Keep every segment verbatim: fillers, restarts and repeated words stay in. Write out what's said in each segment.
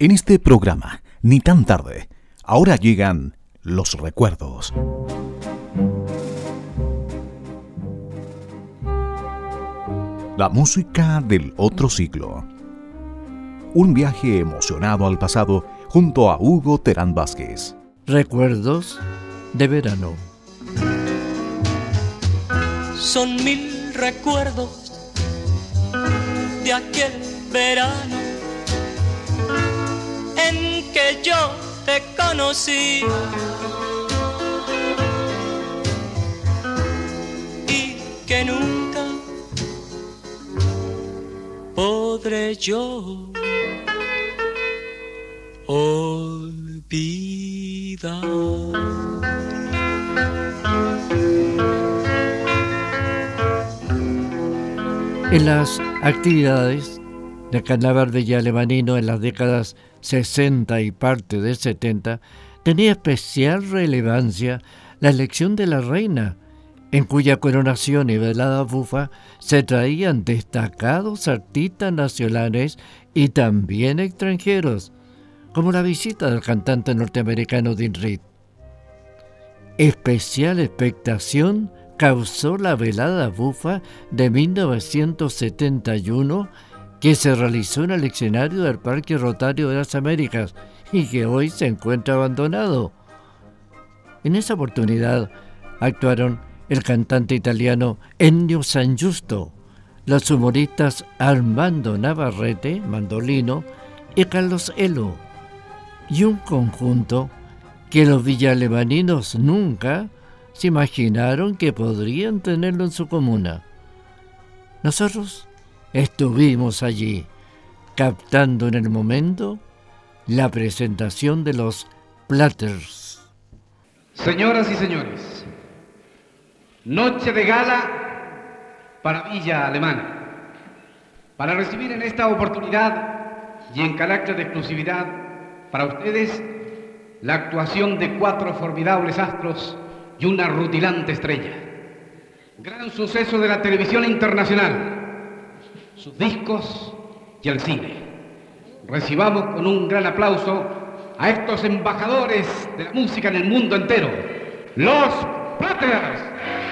En este programa, ni tan tarde, ahora llegan los recuerdos. La música del otro siglo. Un viaje emocionado al pasado junto a Hugo Terán Vázquez. Recuerdos de verano. Son mil recuerdos de aquel verano en que yo te conocí y que nunca podré yo olvidar. En las actividades de Carnaval de Alemanino en las décadas sesenta y parte de setenta, tenía especial relevancia la elección de la reina, en cuya coronación y velada bufa se traían destacados artistas nacionales y también extranjeros, como la visita del cantante norteamericano Dean Reed. Especial expectación causó la velada bufa de mil novecientos setenta y uno, que se realizó en el escenario del Parque Rotario de las Américas y que hoy se encuentra abandonado. En esa oportunidad actuaron el cantante italiano Ennio San Giusto, los humoristas Armando Navarrete, mandolino, y Carlos Elo, y un conjunto que los villalemaninos nunca se imaginaron que podrían tenerlo en su comuna. Nosotros estuvimos allí, captando en el momento la presentación de los Platters. Señoras y señores, noche de gala para Villa Alemana. Para recibir en esta oportunidad y en carácter de exclusividad para ustedes la actuación de cuatro formidables astros y una rutilante estrella. Gran suceso de la televisión internacional, sus discos y el cine. Recibamos con un gran aplauso a estos embajadores de la música en el mundo entero, los Platters.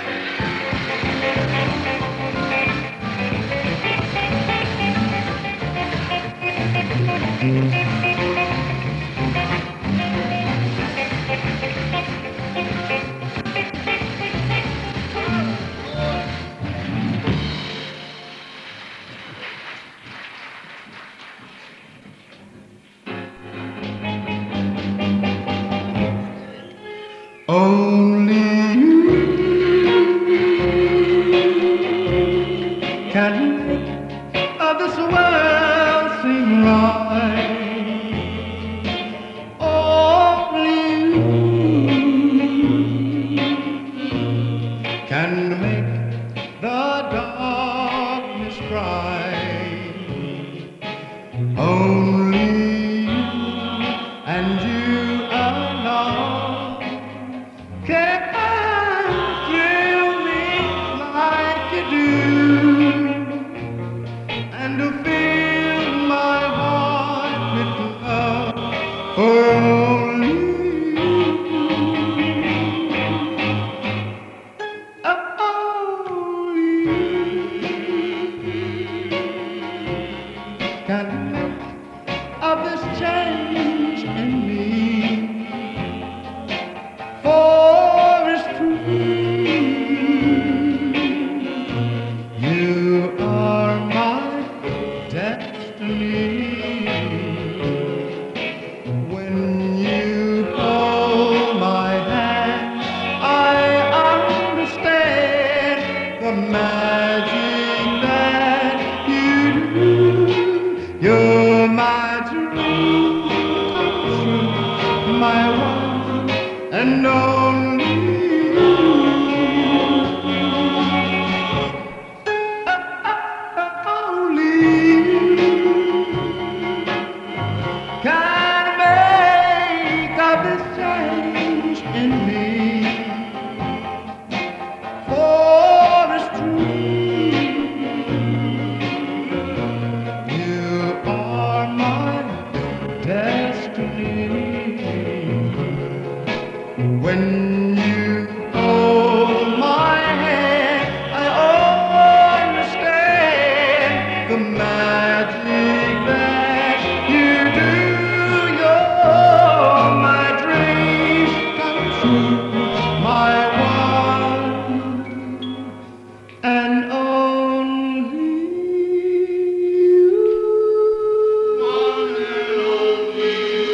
Only you can make of this world seem right. Only you can make the darkness bright. Only you and you alone can thrill me like you do, and to fill my heart with love for only you. Only you can make of this change in me. For it's true, you are my destiny. When you hold my hand, I understand the magic that you do. You're my dream come true, my one and only you. Only you can make of this change in me. For it's true, you are my destiny. When you hold my hand, I understand the magic that you do. You're my dream come true, my one and only you. One and only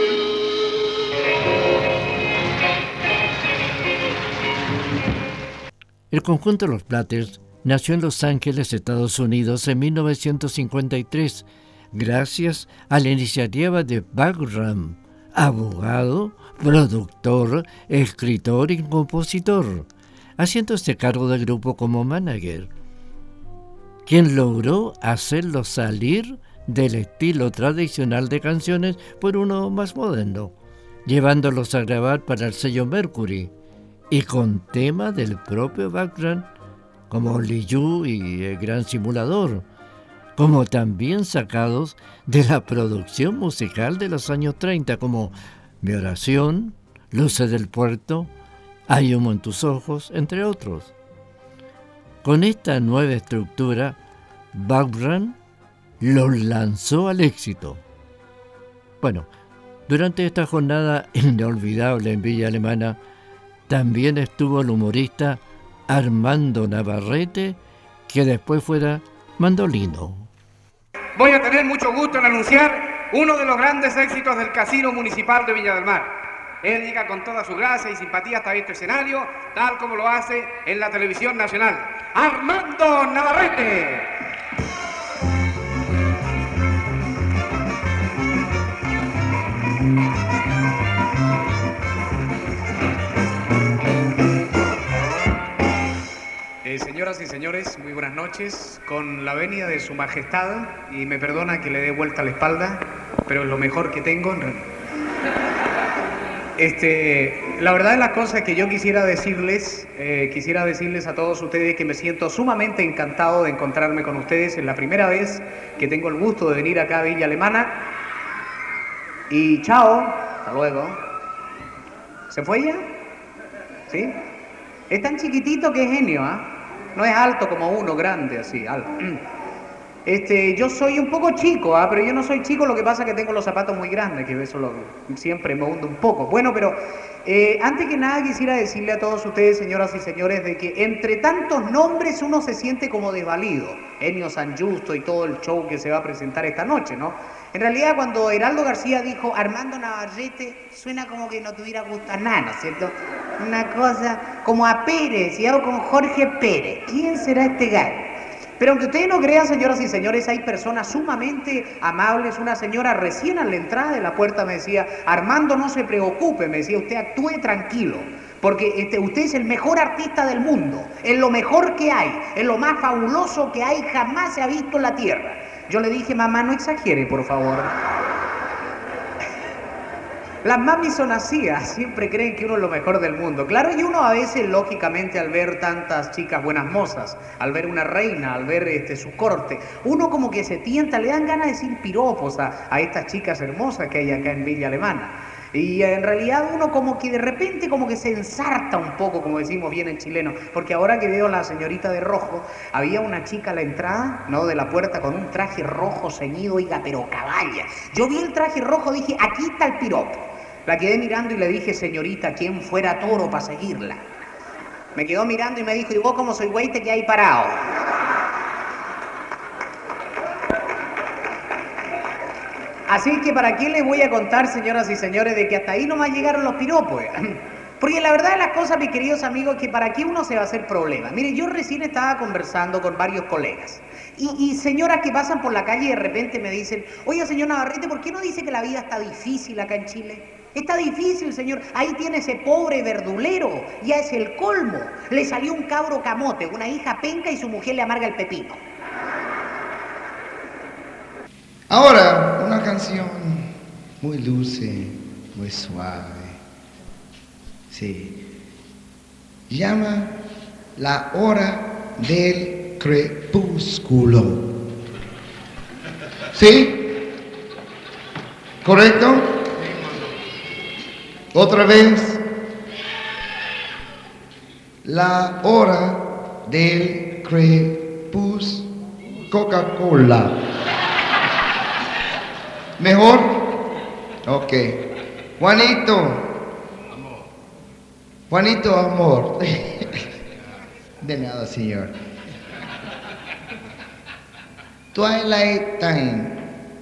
El conjunto Los Platters nació en Los Ángeles, Estados Unidos, en mil novecientos cincuenta y tres, gracias a la iniciativa de Buck Ram, abogado, productor, escritor y compositor, haciéndose cargo del grupo como manager, quien logró hacerlo salir del estilo tradicional de canciones por uno más moderno, llevándolos a grabar para el sello Mercury, y con temas del propio Buck Ram, como Lee Yu y El Gran Simulador, como también sacados de la producción musical de los años treinta, como Mi Oración, Luces del Puerto, Hay humo en tus ojos, entre otros. Con esta nueva estructura, Buck Ram los lanzó al éxito. Bueno, durante esta jornada inolvidable en Villa Alemana, también estuvo el humorista Armando Navarrete, que después fuera mandolino. Voy a tener mucho gusto en anunciar uno de los grandes éxitos del Casino Municipal de Viña del Mar. Él llega con toda su gracia y simpatía hasta este escenario, tal como lo hace en la televisión nacional. ¡Armando Navarrete! Eh, señoras y señores, muy buenas noches. Con la venia de su majestad, y me perdona que le dé vuelta la espalda, pero es lo mejor que tengo. En realidad. Este, la verdad de las cosas que yo quisiera decirles, eh, quisiera decirles a todos ustedes que me siento sumamente encantado de encontrarme con ustedes. Es la primera vez que tengo el gusto de venir acá a Villa Alemana. Y chao, hasta luego. ¿Se fue ya? ¿Sí? Es tan chiquitito que es genio, ¿ah? ¿eh? No es alto como uno, grande, así, alto. Este, yo soy un poco chico, ¿ah? Pero yo no soy chico, lo que pasa es que tengo los zapatos muy grandes, que eso lo, siempre me hundo un poco. Bueno, pero eh, antes que nada quisiera decirle a todos ustedes, señoras y señores, de que entre tantos nombres uno se siente como desvalido. Ennio San Justo y todo el show que se va a presentar esta noche, ¿no? En realidad, cuando Heraldo García dijo Armando Navarrete, suena como que no tuviera gustar nada, ¿no es cierto? Una cosa como a Pérez, y hago con Jorge Pérez. ¿Quién será este gallo? Pero aunque ustedes no crean, señoras y señores, hay personas sumamente amables. Una señora recién a la entrada de la puerta me decía, Armando, no se preocupe, me decía, usted actúe tranquilo, porque este, usted es el mejor artista del mundo, es lo mejor que hay, es lo más fabuloso que hay, jamás se ha visto en la tierra. Yo le dije, mamá, no exagere, por favor. Las mamis son así, siempre creen que uno es lo mejor del mundo. Claro, y uno a veces, lógicamente, al ver tantas chicas buenas mozas, al ver una reina, al ver este, su corte, uno como que se tienta, le dan ganas de decir piropos a, a estas chicas hermosas que hay acá en Villa Alemana. Y en realidad uno como que de repente como que se ensarta un poco, como decimos bien en chileno, porque ahora que veo a la señorita de rojo, había una chica a la entrada, ¿no?, de la puerta con un traje rojo ceñido, oiga, pero caballa. Yo vi el traje rojo, dije, aquí está el piropo. La quedé mirando y le dije, señorita, ¿quién fuera toro para seguirla? Me quedó mirando y me dijo, ¿y vos como soy güey te quedás ahí parado? Así que ¿para quién les voy a contar, señoras y señores, de que hasta ahí nomás llegaron los piropos? Porque la verdad de las cosas, mis queridos amigos, que para qué uno se va a hacer problema. Mire, yo recién estaba conversando con varios colegas y, y señoras que pasan por la calle y de repente me dicen, oiga, señor Navarrete, ¿por qué no dice que la vida está difícil acá en Chile? Está difícil, señor. Ahí tiene ese pobre verdulero, ya es el colmo. Le salió un cabro camote, una hija penca y su mujer le amarga el pepino. Ahora, una canción muy dulce, muy suave. Sí. Llama La Hora del Crepúsculo. ¿Sí? ¿Correcto? Otra vez, la hora del crepúsculo. Coca-Cola. ¿Mejor? Ok. Juanito. Juanito, amor. De nada, señor. Twilight Time.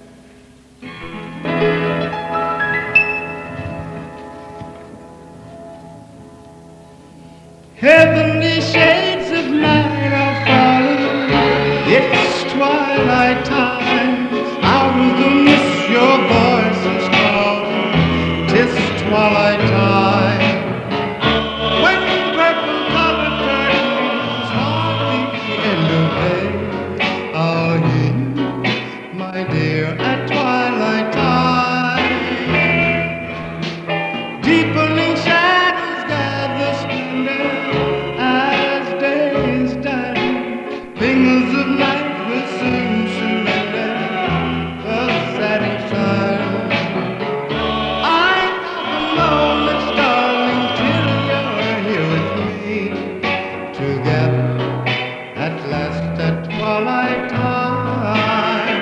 Heavenly shades of night are falling. It's twilight time. Out of the mist your voice is calling. 'Tis twilight time. When purple colored curtains haunt the end of day, I'll hear you, my dear, at twilight time. Deepening shadows gather splendor as day is done. Fingers of night will soon surrender the setting sun. I'm the moments, darling, till you're here with me, together at last at twilight time.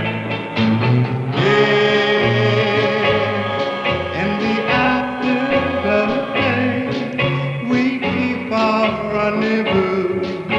Yeah, in the afterglow of day, we keep our rendezvous.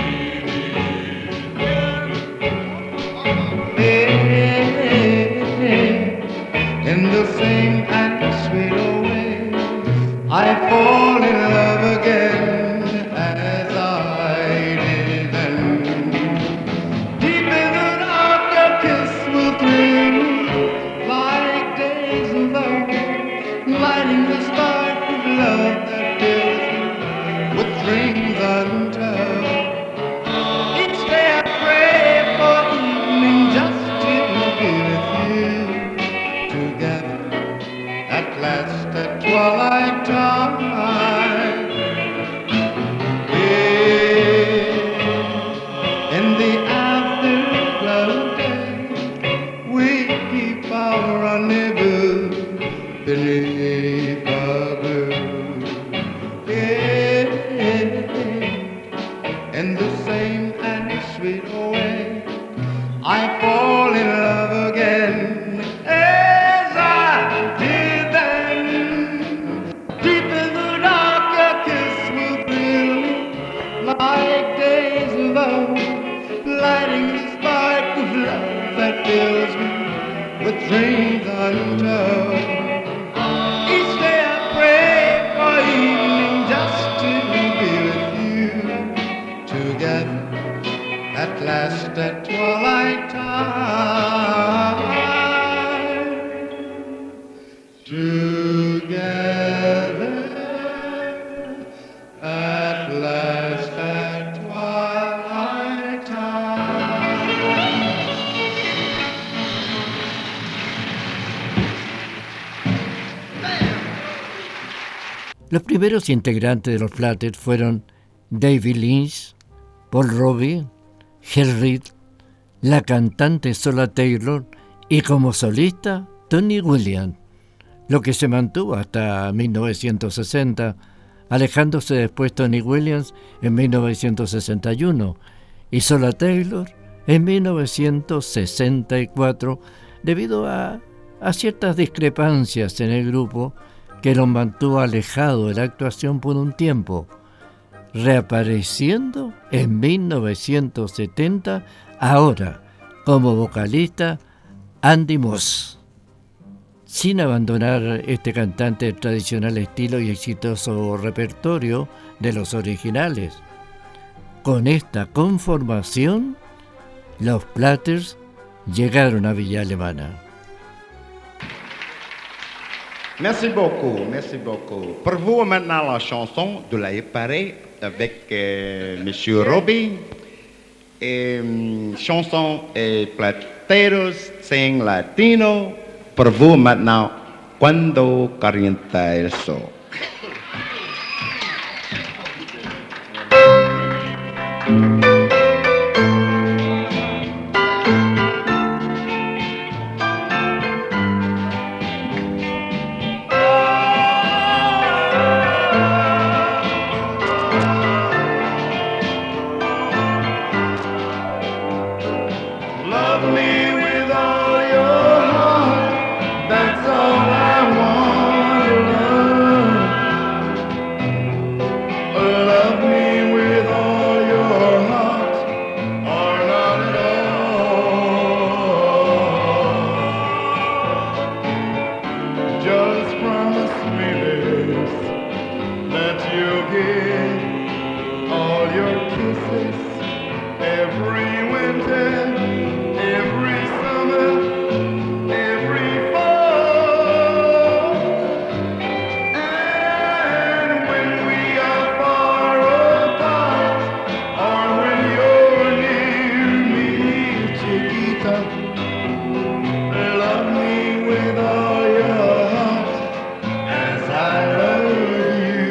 In the same and sweet way, I fall in love again as I did then. Deep in the dark, your kiss will thrill like days of old, lighting the spark of love that fills me with dreams untold. Each day I pray for evening just to be with you, together at last at twilight time. Yeah, in the afterglow of day, we keep our rendezvous beneath the blue. Yeah, in the same and sweet way, I fall in love again as I did then. Deep in the dark, your kiss will thrill like days of old, lighting the spark of love that fills me with dreams untold. Each day I pray for evening just to be with you, together at last at twilight time. Together at last at twilight time. Los primeros integrantes de los Platters fueron David Lynch, Paul Robbie, Gel Reed, la cantante Sola Taylor y como solista Tony Williams, lo que se mantuvo hasta mil novecientos sesenta, alejándose después Tony Williams en mil novecientos sesenta y uno y Sola Taylor en mil novecientos sesenta y cuatro debido a, a ciertas discrepancias en el grupo que los mantuvo alejados de la actuación por un tiempo, reapareciendo en mil novecientos setenta, ahora como vocalista Andy Moss, sin abandonar este cantante el tradicional estilo y exitoso repertorio de los originales. Con esta conformación, los Platters llegaron a Villa Alemana. Merci beaucoup, merci beaucoup. Pour vous maintenant la chanson de la Éparée avec euh, Monsieur Robbie. Et, um, chanson eh, Plateros sing latino. Pour vous maintenant, Cuando calienta el sol. oasis every winter, every summer, every fall. And when we are far apart, or when you're near me, chiquita, love me with all your heart as I love you.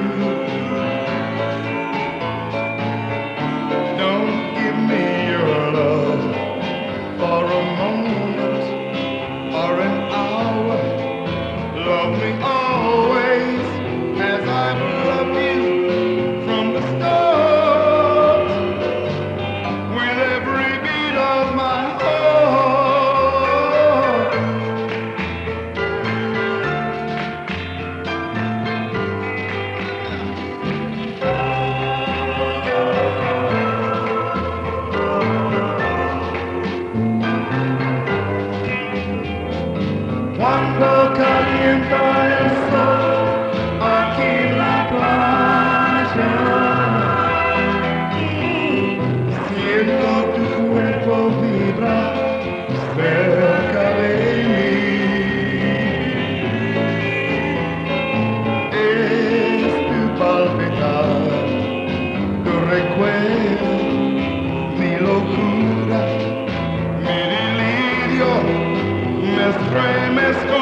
Don't give me your love for a moment or an hour. Love me always as I've loved you from the start, with every beat of my heart. Cuando calienta el sol aquí en la playa, siento tu cuerpo vibrar cerca de mí. Es tu palpitar, tu recuerdo, mi locura, mi delirio, me estremezco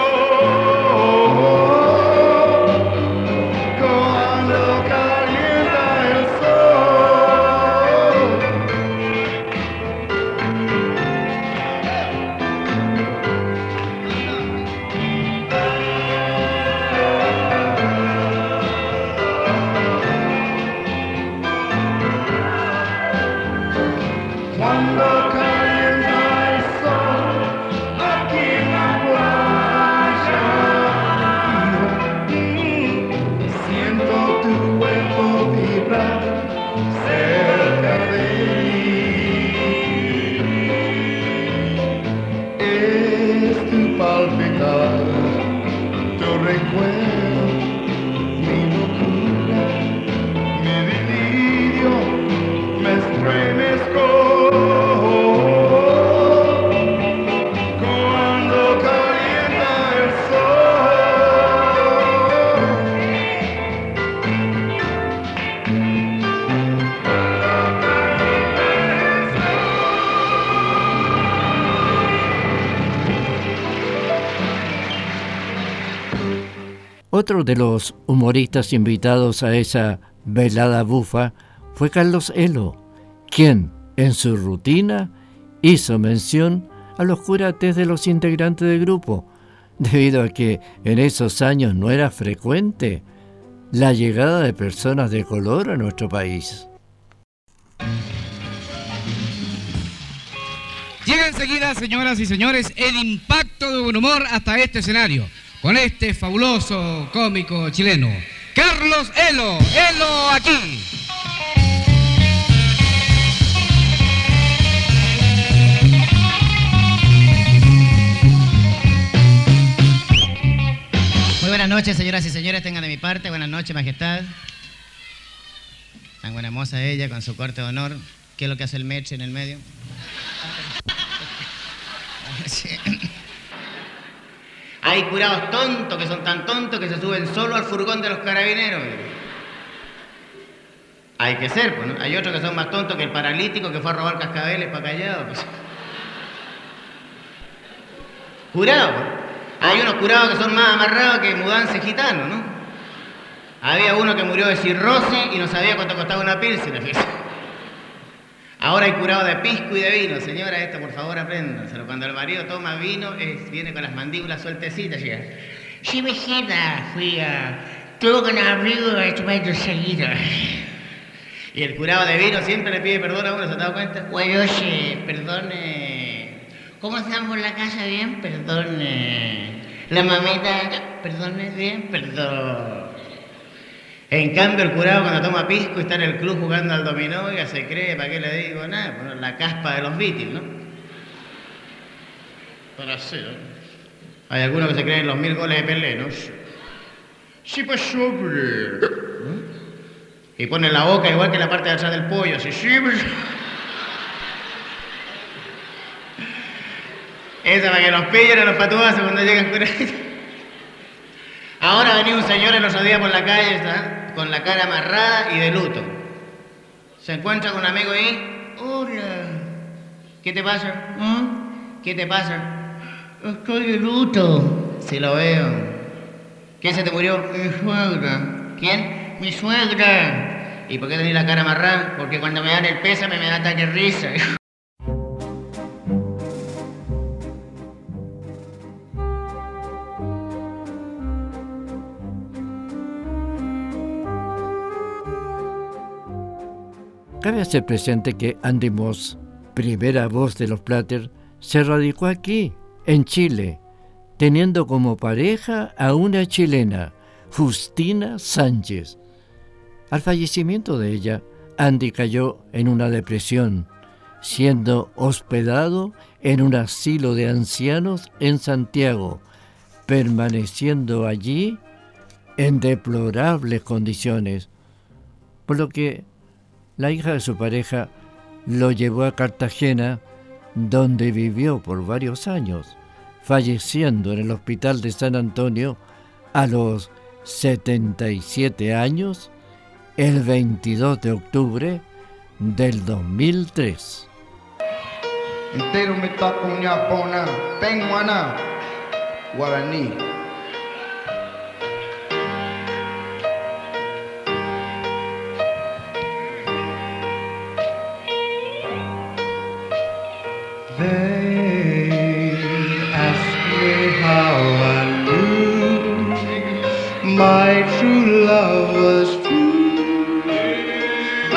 cuando calienta el sol. Cuando calienta el sol aquí en la playa, siento tu cuerpo vibrar cerca de mí. Es tu palpitar, tu recuerdo, mi locura, mi delirio, me estremezco cuando calienta el Otro de los humoristas invitados a esa velada bufa fue Carlos Elo, quien, en su rutina, hizo mención a los curates de los integrantes del grupo, debido a que en esos años no era frecuente la llegada de personas de color a nuestro país. Llega enseguida, señoras y señores, el impacto de buen humor hasta este escenario, con este fabuloso cómico chileno, Carlos Elo. ¡Elo aquí! Muy buenas noches, señoras y señores, tengan de mi parte. Buenas noches, majestad. Tan buena moza ella, con su corte de honor. ¿Qué es lo que hace el meche en el medio? Sí. Hay curados tontos que son tan tontos que se suben solo al furgón de los carabineros. Hay que ser, pues, ¿no? Hay otros que son más tontos que el paralítico que fue a robar cascabeles para Callao. Pues. Curados, pues. Hay unos curados que son más amarrados que mudanza gitano, ¿no? Había uno que murió de cirrosis y no sabía cuánto costaba una pilsen, fíjese. Ahora hay curado de pisco y de vino. Señora, esto por favor apréndaselo. Cuando el marido toma vino, es, viene con las mandíbulas sueltecitas. Llega. Sí, vecina, fui a... Tuvo con abrigo de tomar seguida. Y el curado de vino siempre le pide perdón a uno, ¿se ha dado cuenta? Bueno, oye, perdone. ¿Cómo estamos en la casa? Bien, perdone. La mamita, perdone, bien, perdón. En cambio, el curado cuando toma pisco y está en el club jugando al dominó, ya se cree, ¿para qué le digo nada? Bueno, la caspa de los Beatles, ¿no? Pero así, ¿no? Hay algunos que se creen los mil goles de Pelé, ¿no? Sí, pues sobre. Y pone la boca igual que la parte de atrás del pollo, así. Esa para que nos pillen a los patuazos cuando llegan con ella. Ahora venía un señor el otro día por la calle, ¿está? Con la cara amarrada y de luto. Se encuentra con un amigo ahí. Hola. ¿Qué te pasa? ¿Mm? ¿Qué te pasa? Estoy de luto. Sí, lo veo. ¿Quién se te murió? Mi suegra. ¿Quién? Mi suegra. ¿Y por qué tenés la cara amarrada? Porque cuando me dan el pésame me da ataque de risa. Cabe hacer presente que Andy Moss, primera voz de los Platters, se radicó aquí, en Chile, teniendo como pareja a una chilena, Justina Sánchez. Al fallecimiento de ella, Andy cayó en una depresión, siendo hospedado en un asilo de ancianos en Santiago, permaneciendo allí en deplorables condiciones, por lo que la hija de su pareja lo llevó a Cartagena, donde vivió por varios años, falleciendo en el hospital de San Antonio a los setenta y siete años, el veintidós de octubre del dos mil tres. Entero me toca una pona, penguana, guaraní. They ask me how I knew my true love was true. Oh,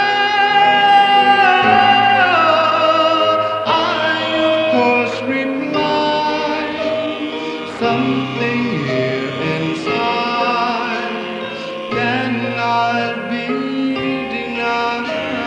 I of course replied, something here inside cannot be denied.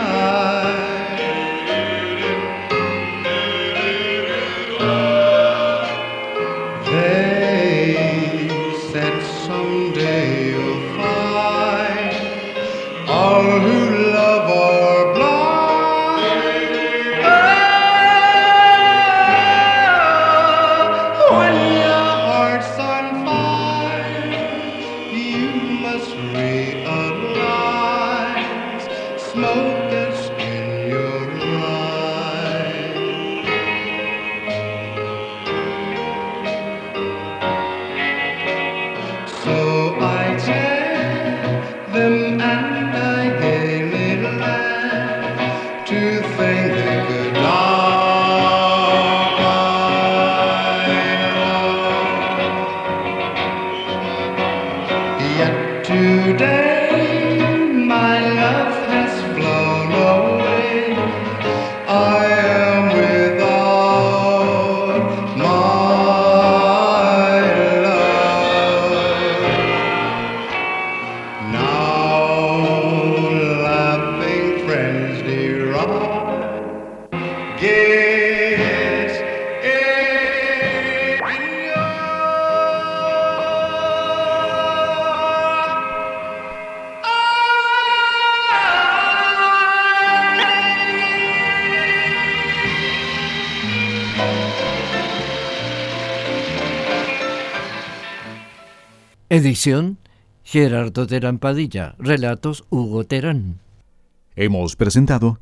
Edición Gerardo Terán Padilla. Relatos Hugo Terán. Hemos presentado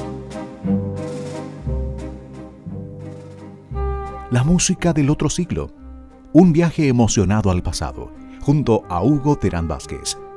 La música del otro siglo, un viaje emocionado al pasado, junto a Hugo Terán Vázquez.